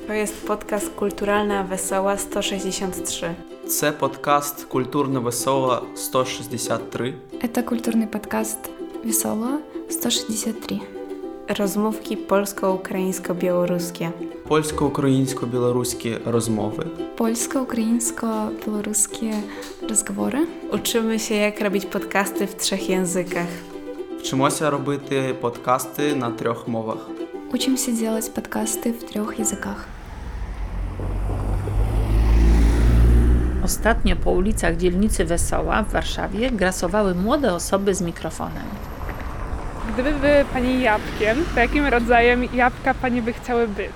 To jest podcast Kulturalna Wesoła 163. Це подкаст Культурно Весело 163. Это культурный подкаст Весело 163. Rozmówki polsko-ukraińsko-białoruskie. Польсько-українсько-білоруські розмови. Польско-украинско-белорусские разговоры. Uczymy się, jak robić podcasty w 3 językach. Вчимося робити подкасти на 3 мовах. Учимся делать подкасты в 3 языкach. Ostatnio po ulicach dzielnicy Wesoła w Warszawie grasowały młode osoby z mikrofonem. Gdyby były Pani jabłkiem, to jakim rodzajem jabłka Pani by chciały być?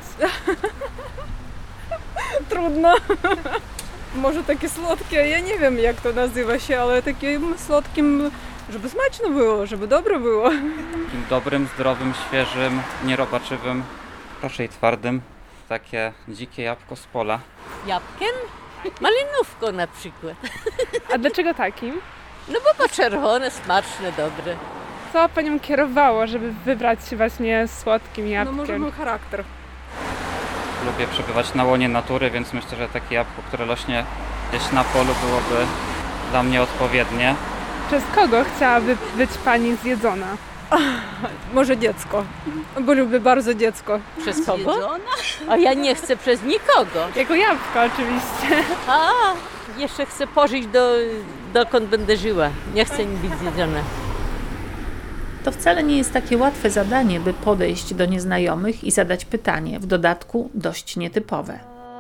Trudno. Może takie słodkie, ja nie wiem jak to nazywa się, ale takim słodkim, żeby smaczne było, żeby dobre było. Takim dobrym, zdrowym, świeżym, nierobaczywym, raczej twardym. Takie dzikie jabłko z pola. Jabłkiem? Malinówką na przykład. A dlaczego takim? No bo czerwone, smaczne, dobre. Co Panią kierowało, żeby wybrać się właśnie słodkim No jabłkiem? może mój charakter. Lubię przebywać na łonie natury, więc myślę, że takie jabłko, które rośnie gdzieś na polu, byłoby dla mnie odpowiednie. Przez kogo chciałaby być Pani zjedzona? Może dziecko, bo lubię bardzo dziecko. Przez kogo? A ja nie chcę przez nikogo. Jako jabłko oczywiście. A, jeszcze chcę pożyć dokąd będę żyła. Nie chcę być zjedzona. To wcale nie jest takie łatwe zadanie, by podejść do nieznajomych i zadać pytanie, w dodatku dość nietypowe.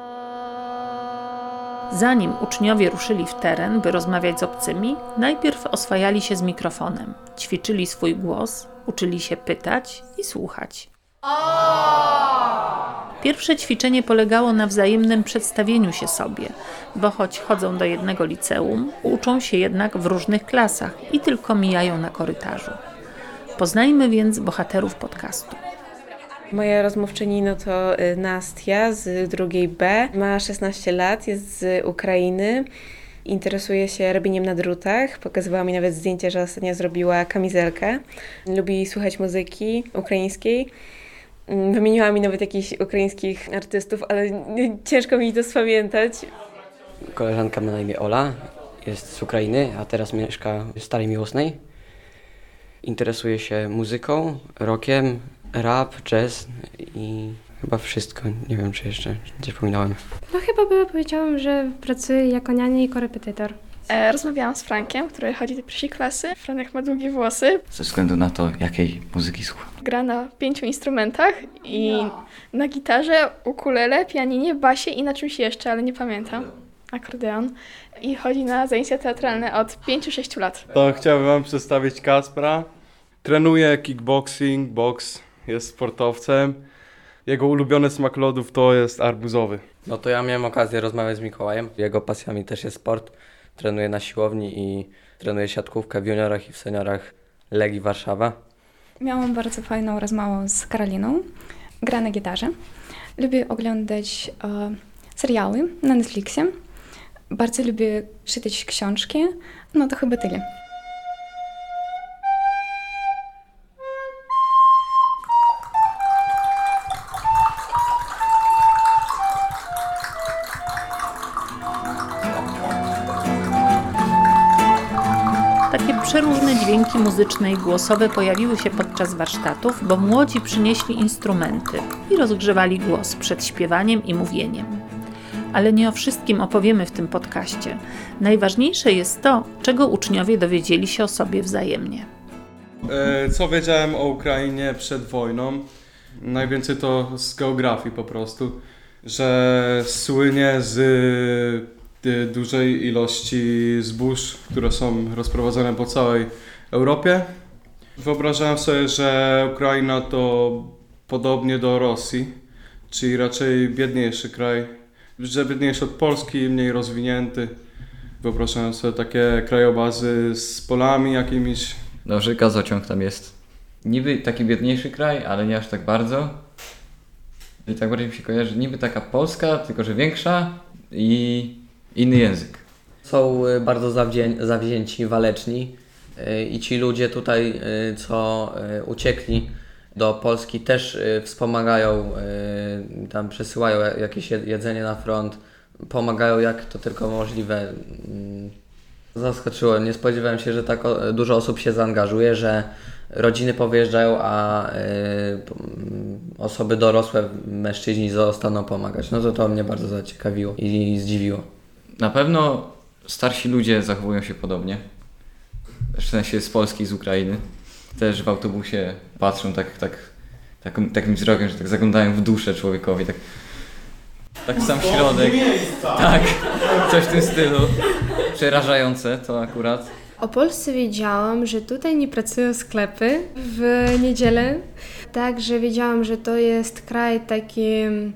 Zanim uczniowie ruszyli w teren, by rozmawiać z obcymi, najpierw oswajali się z mikrofonem, ćwiczyli swój głos, uczyli się pytać i słuchać. Pierwsze ćwiczenie polegało na wzajemnym przedstawieniu się sobie, bo choć chodzą do jednego liceum, uczą się jednak w różnych klasach i tylko mijają na korytarzu. Poznajmy więc bohaterów podcastu. Moja rozmówczyni to Nastia z 2 B. Ma 16 lat, jest z Ukrainy. Interesuje się robieniem na drutach. Pokazywała mi nawet zdjęcie, że ostatnio zrobiła kamizelkę. Lubi słuchać muzyki ukraińskiej. Wymieniła mi nawet jakichś ukraińskich artystów, ale ciężko mi to spamiętać. Koleżanka ma na imię Ola, jest z Ukrainy, a teraz mieszka w Starej Miłosnej. Interesuje się muzyką, rockiem, rap, jazz i chyba wszystko. Nie wiem, czy jeszcze coś pominąłem. No chyba powiedziałam, że pracuję jako niania i korepetytor. Rozmawiałam z Frankiem, który chodzi do 1. klasy. Franek ma długie włosy. Ze względu na to, jakiej muzyki słucha. Gra na 5 instrumentach i na gitarze, ukulele, pianinie, basie i na czymś jeszcze, ale nie pamiętam. Akordeon. I chodzi na zajęcia teatralne od 5-6 lat. To chciałbym Wam przedstawić Kacpra. Trenuje kickboxing, boks, jest sportowcem. Jego ulubiony smak lodów to jest arbuzowy. No to ja miałem okazję rozmawiać z Mikołajem. Jego pasjami też jest sport. Trenuje na siłowni i trenuje siatkówkę w juniorach i w seniorach Legii Warszawa. Miałam bardzo fajną rozmowę z Karoliną. Gra na gitarze. Lubię oglądać serialy na Netflixie. Bardzo lubię czytać książki. No to chyba tyle. Takie przeróżne dźwięki muzyczne i głosowe pojawiły się podczas warsztatów, bo młodzi przynieśli instrumenty i rozgrzewali głos przed śpiewaniem i mówieniem. Ale nie o wszystkim opowiemy w tym podcaście. Najważniejsze jest to, czego uczniowie dowiedzieli się o sobie wzajemnie. Co wiedziałem o Ukrainie przed wojną? Najwięcej to z geografii po prostu, że słynie z dużej ilości zbóż, które są rozprowadzone po całej Europie. Wyobrażałem sobie, że Ukraina to podobnie do Rosji, czyli raczej biedniejszy kraj, że biedniejszy od Polski, mniej rozwinięty. Wyobrażałem sobie takie krajobrazy z polami jakimiś. No, że gazociąg tam jest. Niby taki biedniejszy kraj, ale nie aż tak bardzo. I tak bardziej mi się kojarzy, niby taka Polska, tylko że większa i inny język. Są bardzo zawzięci, waleczni i ci ludzie tutaj, co uciekli Do Polski też wspomagają, tam przesyłają jakieś jedzenie na front, pomagają jak to tylko możliwe. Zaskoczyło, nie spodziewałem się, że tak dużo osób się zaangażuje, że rodziny powyjeżdżają, a osoby dorosłe, mężczyźni zostaną pomagać. No to mnie bardzo zaciekawiło i zdziwiło. Na pewno starsi ludzie zachowują się podobnie. W sensie z Polski, z Ukrainy. Też w autobusie patrzą takim wzrokiem, że tak zaglądają w duszę człowiekowi. Tak w sam środek. Tak, coś w tym stylu. Przerażające to akurat. O Polsce wiedziałam, że tutaj nie pracują sklepy w niedzielę. Także wiedziałam, że to jest kraj taki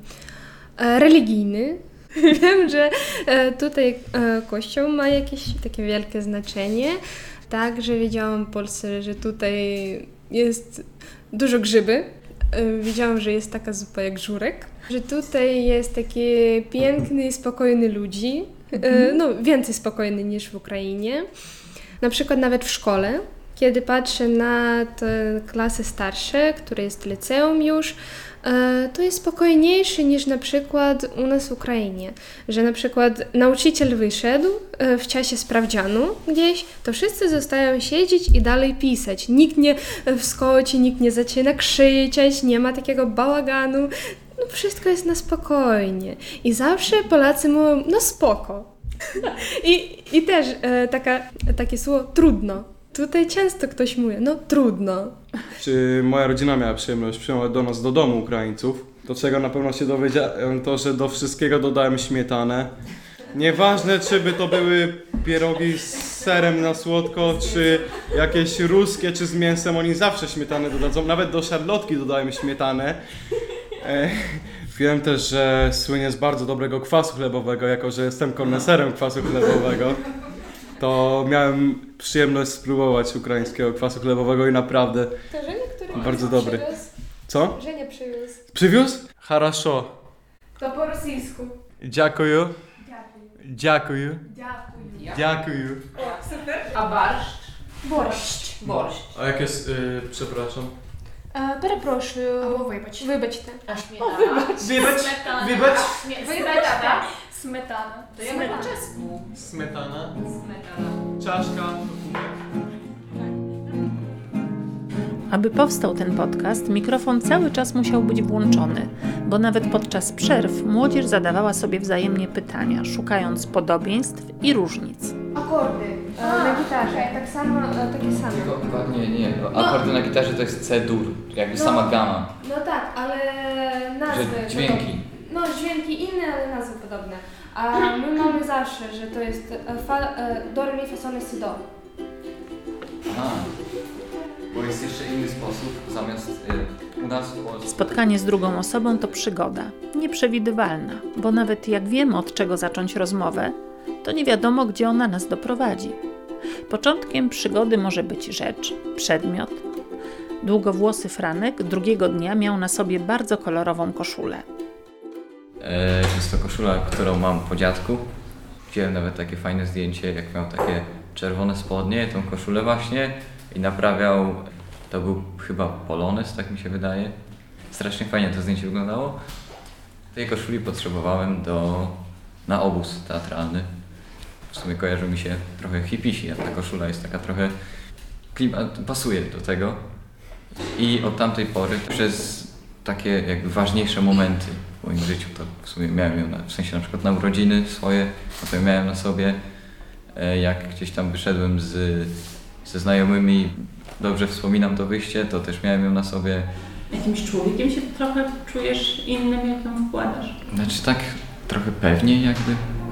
religijny. Wiem, że tutaj kościół ma jakieś takie wielkie znaczenie. Także wiedziałam w Polsce, że tutaj jest dużo grzyby. Wiedziałam, że jest taka zupa jak żurek. Że tutaj jest taki piękny, spokojny ludzi. No, więcej spokojny niż w Ukrainie. Na przykład nawet w szkole, kiedy patrzę na te klasy starsze, które jest liceum już, to jest spokojniejszy niż na przykład u nas w Ukrainie. Że na przykład nauczyciel wyszedł w czasie sprawdzianu gdzieś, to wszyscy zostają siedzieć i dalej pisać. Nikt nie wskoczy, nikt nie zaczyna krzyczeć, nie ma takiego bałaganu. No wszystko jest na spokojnie. I zawsze Polacy mówią, no spoko. I też takie słowo trudno. Tutaj często ktoś mówi, no trudno. Czy moja rodzina miała przyjemność przyjmować do nas do domu Ukraińców? Do czego na pewno się dowiedziałem, to że do wszystkiego dodałem śmietanę. Nieważne, czy by to były pierogi z serem na słodko, czy jakieś ruskie, czy z mięsem, oni zawsze śmietanę dodadzą. Nawet do szarlotki dodajemy śmietanę. Wiem też, że słynie z bardzo dobrego kwasu chlebowego, jako że jestem koneserem kwasu chlebowego. To miałem przyjemność spróbować ukraińskiego kwasu chlebowego i naprawdę bardzo dobry. Co? Żenia przywiózł. Przywiózł? Хорошо. To po rosyjsku. Dziękuję. Dziękuję. Dziękuję. O, super. A barszcz? Борщ. A jak jest, przepraszam? Перепрошую. Або вибач. Вибачте. A śmietana? Wybacz. Smetana? Smetana. To ja po czesku. Smetana. Smetana. Czaszka. Aby powstał ten podcast, mikrofon cały czas musiał być włączony, bo nawet podczas przerw młodzież zadawała sobie wzajemnie pytania, szukając podobieństw i różnic. Akordy na gitarze, tak samo, takie same. Nie. Akordy na gitarze to jest C-dur, jakby sama gama. No tak, ale nazwy... Że dźwięki. No, dźwięki inne, ale nazwy podobne. A my mamy zawsze, że to jest do, re, mi, fa, sol, la, si, do. Aha, bo jest jeszcze inny sposób, zamiast u nas w Polsce. Spotkanie z drugą osobą to przygoda, nieprzewidywalna, bo nawet jak wiemy, od czego zacząć rozmowę, to nie wiadomo, gdzie ona nas doprowadzi. Początkiem przygody może być rzecz, przedmiot. Długowłosy Franek drugiego dnia miał na sobie bardzo kolorową koszulę. Jest to koszula, którą mam po dziadku. Wziąłem nawet takie fajne zdjęcie, jak miał takie czerwone spodnie, tą koszulę właśnie i naprawiał, to był chyba Polonez, tak mi się wydaje. Strasznie fajnie to zdjęcie wyglądało. Tej koszuli potrzebowałem na obóz teatralny. W sumie kojarzy mi się trochę hipisi, a ta koszula jest taka trochę, pasuje do tego. I od tamtej pory przez takie jakby ważniejsze momenty w moim życiu, to w sumie miałem ją, w sensie na przykład na urodziny swoje, to miałem na sobie, jak gdzieś tam wyszedłem ze znajomymi, dobrze wspominam to wyjście, to też miałem ją na sobie. Jakimś człowiekiem się trochę czujesz innym, jak ją wkładasz? Znaczy tak trochę pewniej jakby.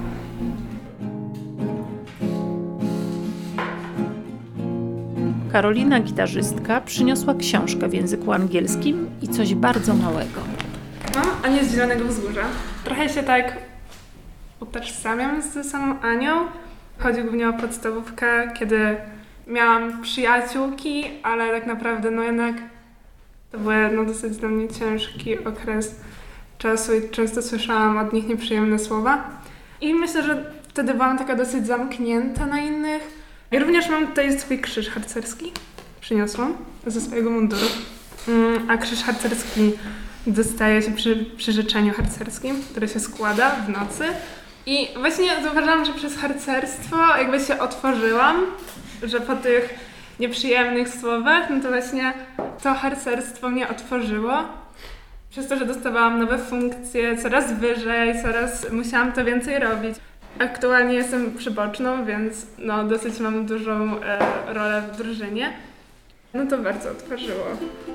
Karolina, gitarzystka, przyniosła książkę w języku angielskim i coś bardzo małego. Mam Anię z Zielonego Wzgórza. Trochę się tak utożsamiam z samą Anią. Chodzi głównie o podstawówkę, kiedy miałam przyjaciółki, ale tak naprawdę jednak to był dosyć dla mnie ciężki okres czasu i często słyszałam od nich nieprzyjemne słowa. I myślę, że wtedy byłam taka dosyć zamknięta na innych. I również mam tutaj swój krzyż harcerski. Przyniosłam ze swojego munduru. a krzyż harcerski dostaje się przy życzeniu harcerskim, które się składa w nocy. I właśnie zauważyłam, że przez harcerstwo jakby się otworzyłam, że po tych nieprzyjemnych słowach, no to właśnie to harcerstwo mnie otworzyło. Przez to, że dostawałam nowe funkcje, coraz wyżej, coraz musiałam to więcej robić. Aktualnie jestem przyboczną, więc no, dosyć mam dużą rolę w drużynie. No to bardzo otworzyło.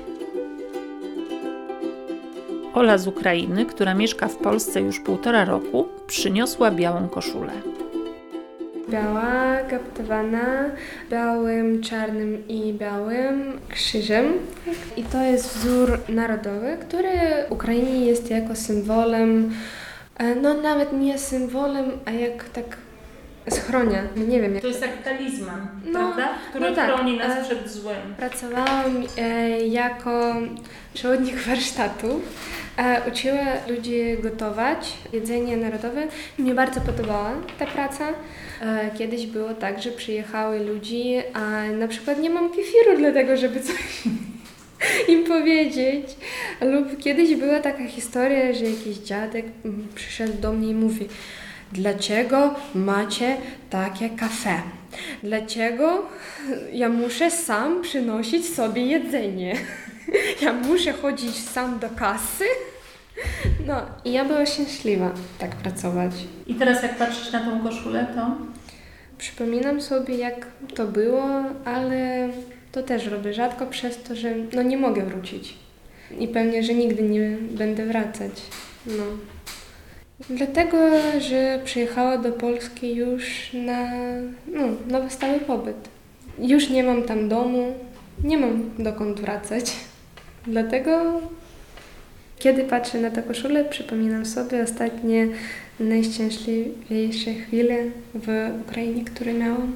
Ola z Ukrainy, która mieszka w Polsce już 1,5 roku, przyniosła białą koszulę. Biała, kaptowana, białym, czarnym i białym krzyżem. I to jest wzór narodowy, który w Ukrainie jest jako symbolem, no nawet nie symbolem, a jak tak schronia, nie wiem. Jak to jest jak talizman, no, prawda? Który tak, chroni nas przed złem. Pracowałam jako przewodnik warsztatów. Uczyła ludzi gotować jedzenie narodowe. Mnie bardzo podobała ta praca. Kiedyś było tak, że przyjechały ludzie, a na przykład nie mam kefiru dlatego, żeby coś im powiedzieć. Lub kiedyś była taka historia, że jakiś dziadek przyszedł do mnie i mówi: dlaczego macie takie kafe? Dlaczego ja muszę sam przynosić sobie jedzenie? Ja muszę chodzić sam do kasy? No i ja była szczęśliwa tak pracować. I teraz jak patrzysz na tą koszulę, to? Przypominam sobie, jak to było, ale to też robię rzadko przez to, że no nie mogę wrócić. I pewnie, że nigdy nie będę wracać. No. Dlatego, że przyjechała do Polski już na stały pobyt. Już nie mam tam domu, nie mam dokąd wracać. Dlatego, kiedy patrzę na tę koszulę, przypominam sobie ostatnie najszczęśliwsze chwile w Ukrainie, które miałam.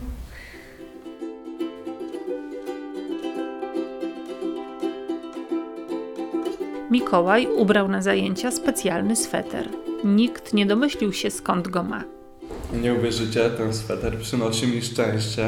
Mikołaj ubrał na zajęcia specjalny sweter. Nikt nie domyślił się, skąd go ma. Nie uwierzycie, ten sweter przynosi mi szczęście.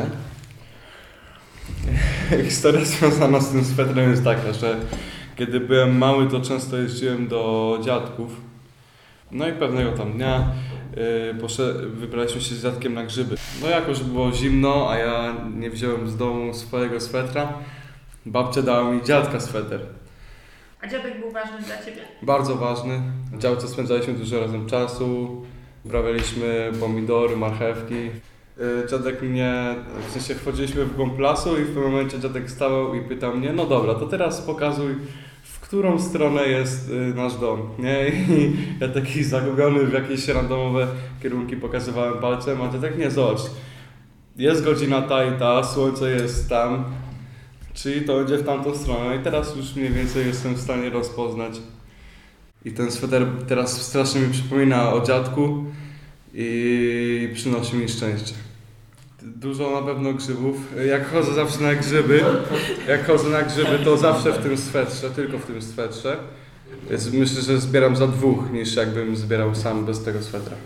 Historia związana z tym swetrem jest taka, że kiedy byłem mały, to często jeździłem do dziadków. No i pewnego tam dnia wybraliśmy się z dziadkiem na grzyby. No jakoś było zimno, a ja nie wziąłem z domu swojego swetra. Babcia dała mi dziadka sweter. A dziadek był ważny dla Ciebie? Bardzo ważny. W działce spędzaliśmy dużo razem czasu. Uprawialiśmy pomidory, marchewki. Dziadek mnie, w sensie wchodziliśmy w głąb lasu i w pewnym momencie dziadek stał i pytał mnie: no dobra, to teraz pokazuj, w którą stronę jest nasz dom, nie? I ja taki zagubiony w jakieś randomowe kierunki pokazywałem palcem, a dziadek: nie, zobacz, jest godzina ta i ta, słońce jest tam, czyli to idzie w tamtą stronę i teraz już mniej więcej jestem w stanie rozpoznać. I ten sweter teraz strasznie mi przypomina o dziadku i przynosi mi szczęście. Dużo na pewno grzybów. Jak chodzę zawsze na grzyby, to zawsze w tym swetrze, tylko w tym swetrze. Więc myślę, że zbieram za 2, niż jakbym zbierał sam bez tego swetra.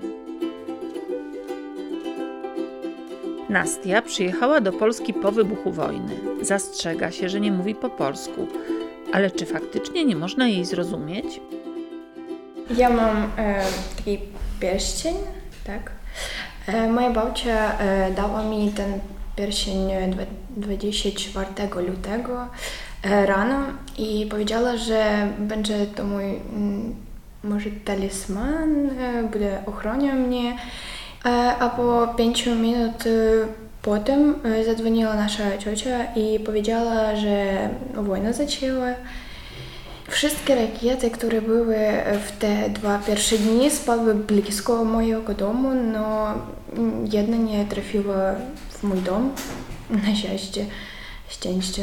Nastia przyjechała do Polski po wybuchu wojny. Zastrzega się, że nie mówi po polsku. Ale czy faktycznie nie można jej zrozumieć? Ja mam taki pierścień, tak. Moja babcia dała mi ten pierścień 24 lutego rano i powiedziała, że będzie to mój może talisman, będzie ochroniał mnie. A po 5 minut potem zadzwoniła nasza ciocia i powiedziała, że wojna zaczęła. Wszystkie rakiety, które były w te 2 pierwsze dni, spadły blisko mojego domu, no jedna nie trafiła w mój dom, na szczęście.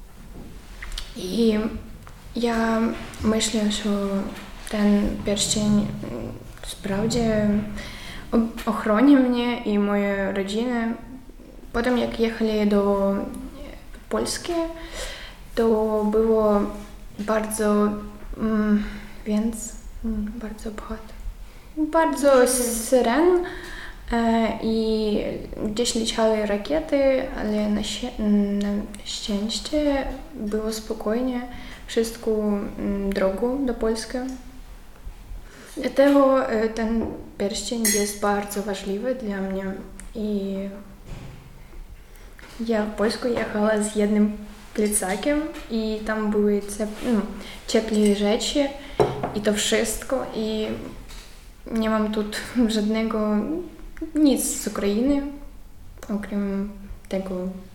I ja myślę, że ten pierścień wprawdzie ochroni mnie i moją rodzinę. Potem jak jechali do Polski, to było bardzo, bardzo багато. Bardzo syren, I gdzieś leciały rakiety, ale na szczęście było spokojnie, wszystko drogą do Polski. Dlatego ten pierścień jest bardzo ważliwy dla mnie. I ja w Polskę jechała z jednym plecakiem i tam były ciepłe rzeczy i to wszystko. I nie mam tu żadnego nic z Ukrainy, okrem tego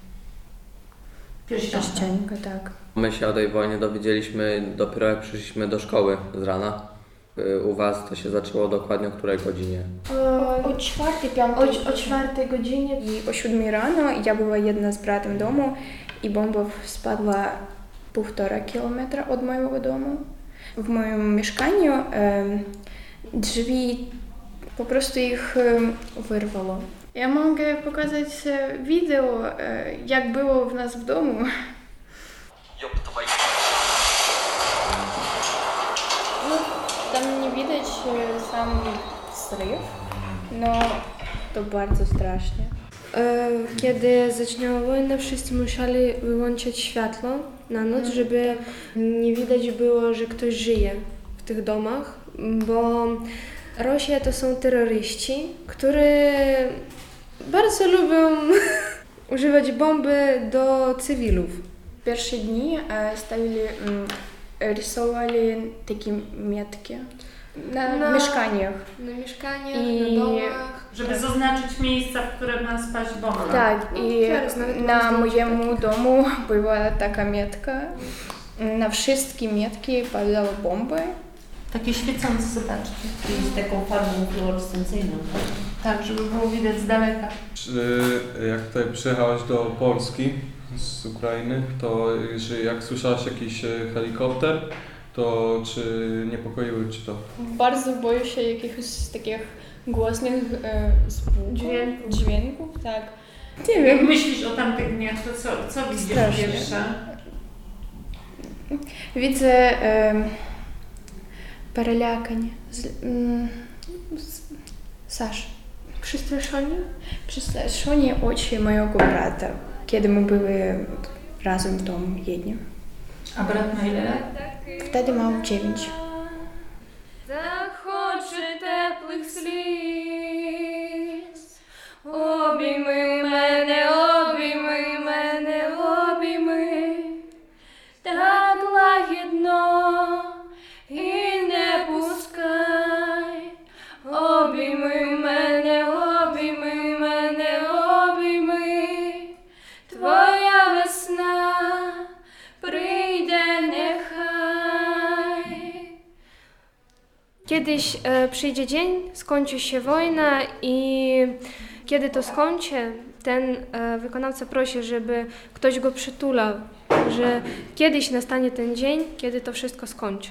pierścionka, tak. My się o tej wojnie dowiedzieliśmy dopiero jak przyszliśmy do szkoły z rana. U was to się zaczęło dokładnie o której godzinie? O 4 godzinie i o 7 rano ja była jedna z bratem w domu i bomba spadła 1,5 kilometra od mojego domu. W moim mieszkaniu drzwi po prostu ich wyrwało. Ja mogę pokazać wideo, jak było w nas w domu. No, tam nie widać sam zryw, no to bardzo strasznie. Kiedy zaczynała wojna, wszyscy musieli wyłączyć światło na noc, żeby nie widać było, że ktoś żyje w tych domach, bo Rosja to są terroryści, którzy bardzo lubią używać bomby do cywilów. Pierwsze dni rysowali takie metki na mieszkaniach. Na mieszkaniach, I na domach. Żeby zaznaczyć miejsca, w które ma spaść bomba. Tak, i na mojemu domu była taka metka. Na wszystkie metki padały bomby. Takie świecące, zobaczcie. Z taką farbą fluorescencyjną. Tak, żeby było widać z daleka. Jak tutaj przyjechałaś do Polski z Ukrainy, to jak słyszałaś jakiś helikopter, to czy niepokoiły Cię to? Bardzo boję się jakichś takich głośnych dźwięków, tak. Nie Jak wiem. myślisz o tamtych dniach, to co widzisz Strasznie. pierwsze? Widzę перелякані. Sasz. Przestraszone oczy mojego brata, kiedy my były razem w domu jednym. A brat ma ile lat? Wtedy miał 9. Захоче теплих сліз, обійми мене, обійми мене, обійми, так лагідно і не пускай. Обійми мене, обійми мене, обійми, твоя весна прийде нехай. Kiedyś przyjdzie dzień, skończy się wojna i kiedy to skończy, ten wykonawca prosi, żeby ktoś go przytulał, że kiedyś nastanie ten dzień, kiedy to wszystko skończy.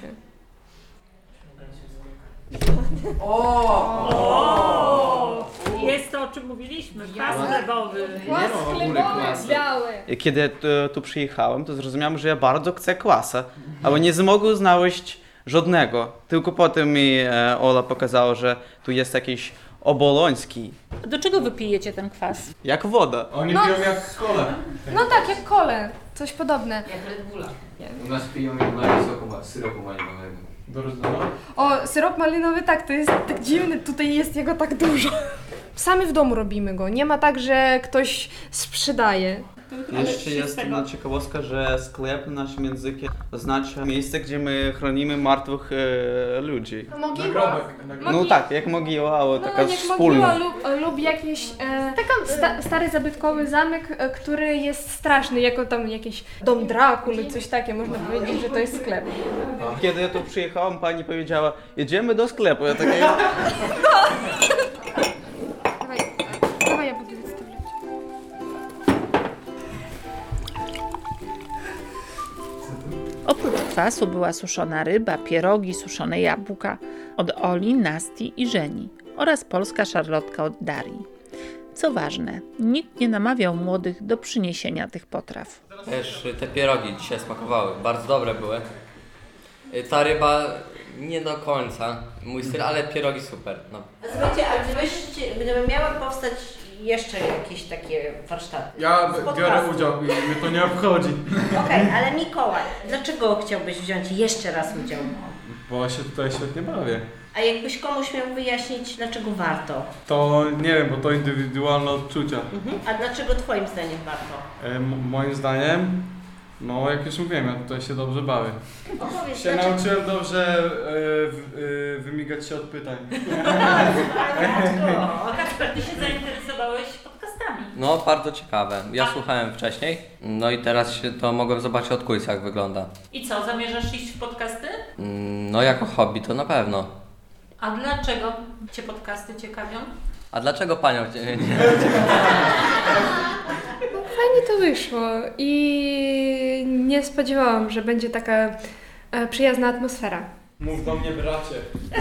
Jest to, o czym mówiliśmy. Kwas chlebowy. Kwas chlebowy, biały. Kiedy tu przyjechałem, to zrozumiałem, że ja bardzo chcę kwasa, ale nie mogę znaleźć żadnego. Tylko potem mi Ola pokazała, że tu jest jakiś oboloński. Do czego wy pijecie ten kwas? Jak woda. Oni piją jak kolę. No tak, jak kole, coś podobne. Jak Red Bulla. U nas piją syropu malinowego. O, syrop malinowy tak, to jest tak dziwny, tutaj jest jego tak dużo. Sami w domu robimy go, nie ma tak, że ktoś sprzedaje. Jeszcze jest jedna ciekawostka, że sklep naszym językiem oznacza miejsce, gdzie my chronimy martwych ludzi. Mogiła. No tak, jak mogiła, ale taka jak wspólna. mogiła lub jakiś stary zabytkowy zamek, który jest straszny, jako tam jakiś dom Drakuly, coś takie, można powiedzieć, że to jest sklep. Kiedy ja tu przyjechałem, pani powiedziała, jedziemy do sklepu. Ja takie... Dawaj, ja budę wystawiać. Oprócz kwasu była suszona ryba, pierogi, suszone jabłka od Oli, Nasti i Żeni oraz polska szarlotka od Darii. Co ważne, nikt nie namawiał młodych do przyniesienia tych potraw. Też te pierogi dzisiaj smakowały, bardzo dobre były. Ta ryba Nie do końca mój styl, ale pierogi super. No. Słuchajcie, a gdyby miały powstać jeszcze jakieś takie warsztaty? Ja biorę udział i mnie to nie obchodzi. Okej, ale Mikołaj, dlaczego chciałbyś wziąć jeszcze raz udział? Bo się tutaj świetnie bawię. A jakbyś komuś miał wyjaśnić, dlaczego warto? To nie wiem, bo to indywidualne odczucia. A dlaczego twoim zdaniem warto? Moim zdaniem, no jak już mówiłem, ja tutaj się dobrze bawię. Opowiedz, Się nauczyłem dobrze wymigać się od pytań. Kacper, ty się zainteresowałeś podcastami. No bardzo ciekawe. Ja słuchałem wcześniej, no i teraz się to mogłem zobaczyć od kulis, jak wygląda. I co, zamierzasz iść w podcasty? No jako hobby to na pewno. A dlaczego Cię podcasty ciekawią? A dlaczego panią nie? Fajnie to wyszło i nie spodziewałam, że będzie taka przyjazna atmosfera. Mów do mnie bracie.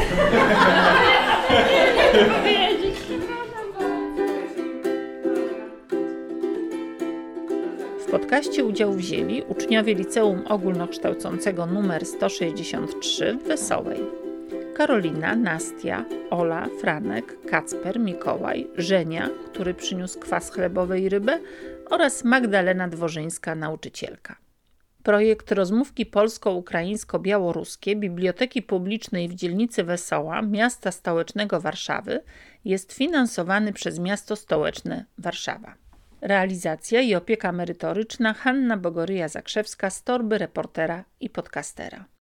W podcaście udział wzięli uczniowie Liceum Ogólnokształcącego nr 163 w Wesołej. Karolina, Nastia, Ola, Franek, Kacper, Mikołaj, Żenia, który przyniósł kwas chlebowy i rybę, oraz Magdalena Dworzyńska, nauczycielka. Projekt Rozmówki polsko-ukraińsko-białoruskie Biblioteki Publicznej w dzielnicy Wesoła miasta stołecznego Warszawy jest finansowany przez miasto stołeczne Warszawa. Realizacja i opieka merytoryczna Hanna Bogoryja-Zakrzewska z torby reportera i podcastera.